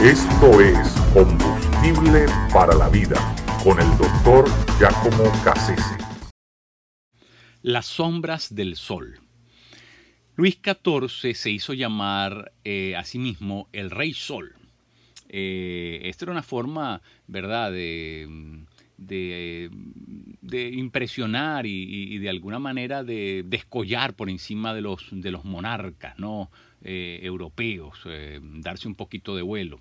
Esto es Combustible para la Vida con el doctor Giacomo Cassese. Las sombras del sol. Luis XIV se hizo llamar a sí mismo el Rey Sol. Esta era una forma, ¿verdad?, de impresionar y de alguna manera de descollar por encima de los monarcas, ¿no?, europeos, darse un poquito de vuelo.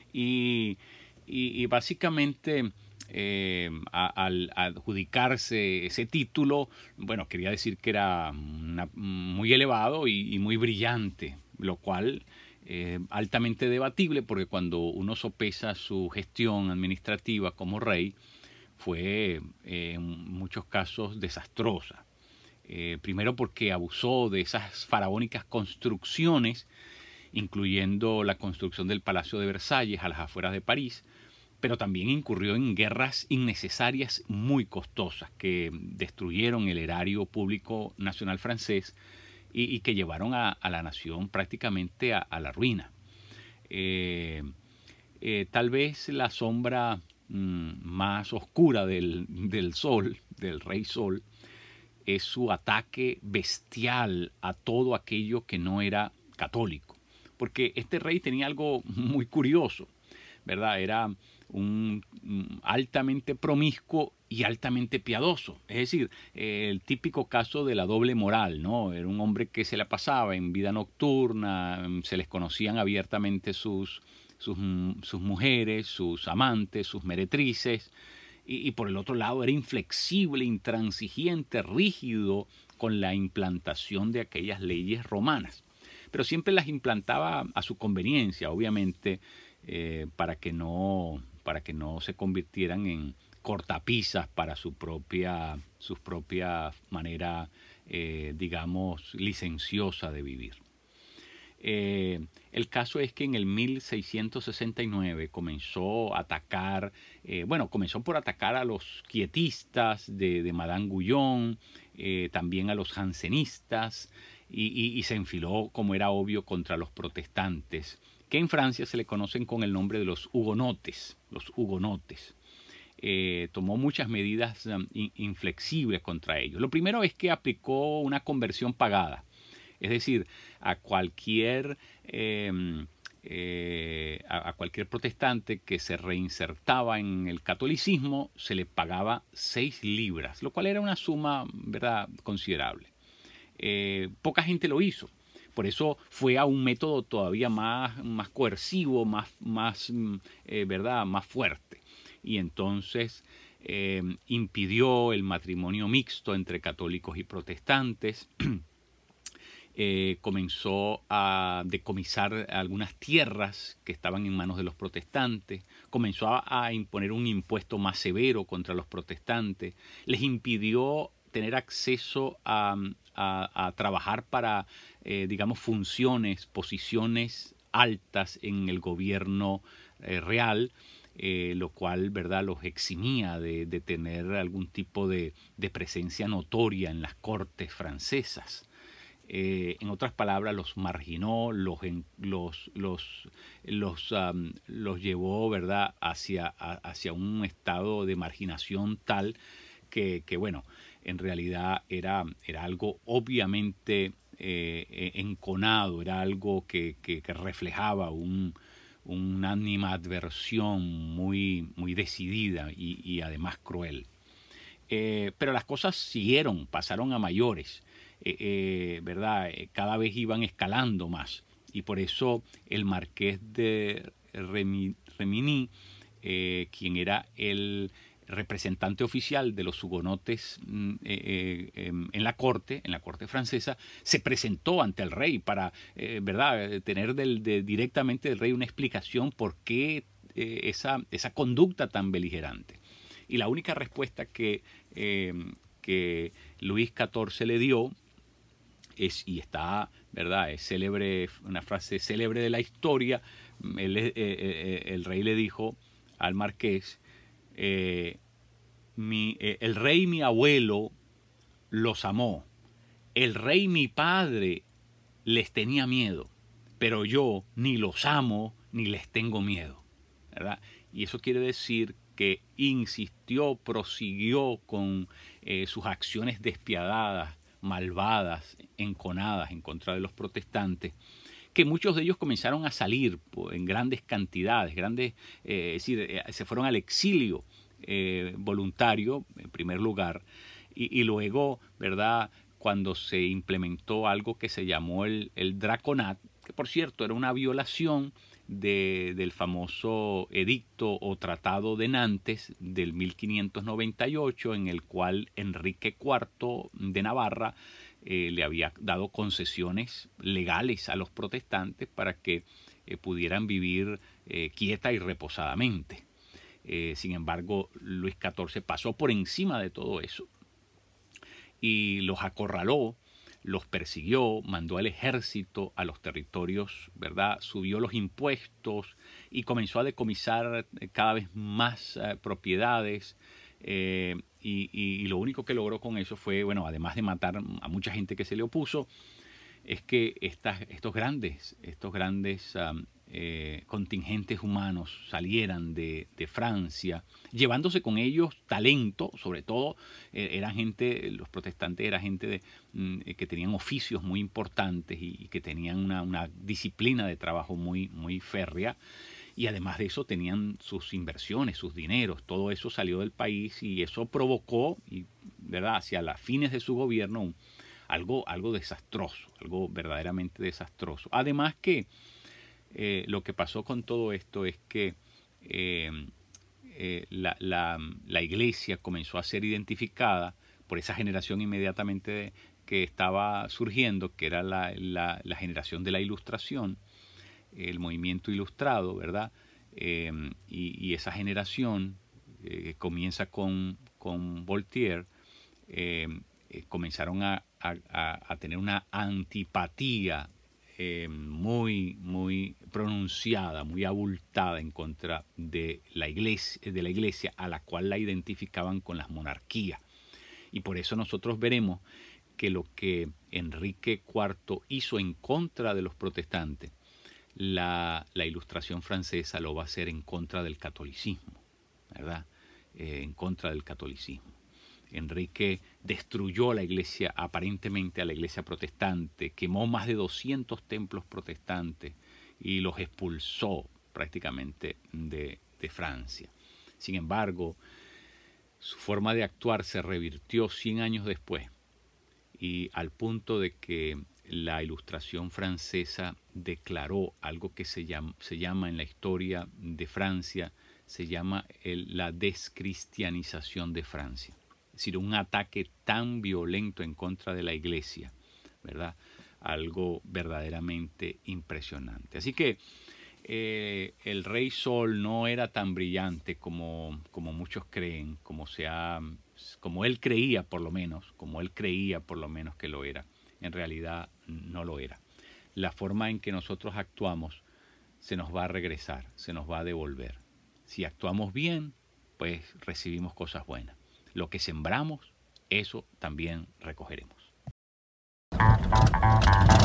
Y básicamente, al adjudicarse ese título, bueno, quería decir que era muy elevado y muy brillante, lo cual altamente debatible, porque cuando uno sopesa su gestión administrativa como rey, fue en muchos casos desastrosa. Primero porque abusó de esas faraónicas construcciones, incluyendo la construcción del Palacio de Versalles a las afueras de París, pero también incurrió en guerras innecesarias muy costosas que destruyeron el erario público nacional francés y que llevaron a la nación prácticamente a la ruina. Tal vez la sombra más oscura del sol, del rey sol, es su ataque bestial a todo aquello que no era católico. Porque este rey tenía algo muy curioso, ¿verdad? Era un altamente promiscuo y altamente piadoso. Es decir, el típico caso de la doble moral, ¿no? Era un hombre que se la pasaba en vida nocturna, se les conocían abiertamente sus mujeres, sus amantes, sus meretrices, y por el otro lado era inflexible, intransigente, rígido con la implantación de aquellas leyes romanas. Pero siempre las implantaba a su conveniencia, obviamente, para que no se convirtieran en cortapisas para su propia manera, digamos, licenciosa de vivir. El caso es que en el 1669 comenzó a atacar, comenzó por atacar a los quietistas de Madame Guyon, también a los jansenistas, y se enfiló, como era obvio, contra los protestantes, que en Francia se le conocen con el nombre de los hugonotes. Tomó muchas medidas inflexibles contra ellos. Lo primero es que aplicó una conversión pagada. Es decir, a cualquier protestante que se reinsertaba en el catolicismo se le pagaba 6 libras, lo cual era una suma, ¿verdad?, considerable. Poca gente lo hizo. Por eso fue a un método todavía más coercivo, más fuerte. Y entonces impidió el matrimonio mixto entre católicos y protestantes. Comenzó a decomisar algunas tierras que estaban en manos de los protestantes, comenzó a imponer un impuesto más severo contra los protestantes, les impidió tener acceso a trabajar para, digamos, funciones, posiciones altas en el gobierno real, lo cual, ¿verdad?, los eximía de tener algún tipo de presencia notoria en las cortes francesas. En otras palabras, los marginó, los llevó, ¿verdad?, hacia un estado de marginación tal que bueno, en realidad era algo obviamente enconado, era algo que reflejaba una animadversión muy decidida y además cruel. Pero las cosas pasaron a mayores. ¿Verdad? Cada vez iban escalando más, y por eso el marqués de Rimini, quien era el representante oficial de los hugonotes en la corte francesa, se presentó ante el rey para ¿verdad?, tener directamente del rey una explicación por qué esa conducta tan beligerante. Y la única respuesta que Luis XIV le dio y está, ¿verdad?, es célebre, una frase célebre de la historia. El rey le dijo al marqués: el rey mi abuelo los amó, el rey mi padre les tenía miedo, pero yo ni los amo ni les tengo miedo, ¿verdad? Y eso quiere decir que insistió, prosiguió con sus acciones despiadadas, malvadas, enconadas en contra de los protestantes, que muchos de ellos comenzaron a salir en grandes cantidades, es decir, se fueron al exilio voluntario, en primer lugar, y luego, ¿verdad?, cuando se implementó algo que se llamó el Draconat, que por cierto era una violación del famoso edicto o tratado de Nantes del 1598, en el cual Enrique IV de Navarra le había dado concesiones legales a los protestantes para que pudieran vivir quieta y reposadamente. Sin embargo, Luis XIV pasó por encima de todo eso y los acorraló, los persiguió, mandó al ejército a los territorios, ¿verdad? Subió los impuestos y comenzó a decomisar cada vez más propiedades. Y lo único que logró con eso fue, bueno, además de matar a mucha gente que se le opuso, es que estos grandes contingentes humanos salieran de Francia, llevándose con ellos talento, sobre todo los protestantes eran gente que tenían oficios muy importantes y que tenían una disciplina de trabajo muy, muy férrea, y además de eso tenían sus inversiones, sus dineros, todo eso salió del país y eso provocó, ¿verdad?, hacia las fines de su gobierno algo desastroso, algo verdaderamente desastroso. Además que lo que pasó con todo esto es que la iglesia comenzó a ser identificada por esa generación inmediatamente que estaba surgiendo, que era la generación de la Ilustración, el movimiento ilustrado, ¿verdad? Y esa generación comienza con Voltaire, comenzaron a tener una antipatía muy, muy pronunciada, muy abultada en contra de la iglesia, a la cual la identificaban con las monarquías. Y por eso nosotros veremos que lo que Enrique IV hizo en contra de los protestantes, la Ilustración francesa lo va a hacer en contra del catolicismo, ¿verdad? En contra del catolicismo. Enrique destruyó la iglesia, aparentemente a la iglesia protestante, quemó más de 200 templos protestantes y los expulsó prácticamente de Francia. Sin embargo, su forma de actuar se revirtió 100 años después, y al punto de que la Ilustración francesa declaró algo que se llama en la historia de Francia, se llama la descristianización de Francia. Es decir, un ataque tan violento en contra de la iglesia, ¿verdad? Algo verdaderamente impresionante. Así que el Rey Sol no era tan brillante como muchos creen, como él creía por lo menos que lo era. En realidad no lo era. La forma en que nosotros actuamos se nos va a regresar, se nos va a devolver. Si actuamos bien, pues recibimos cosas buenas. Lo que sembramos, eso también recogeremos.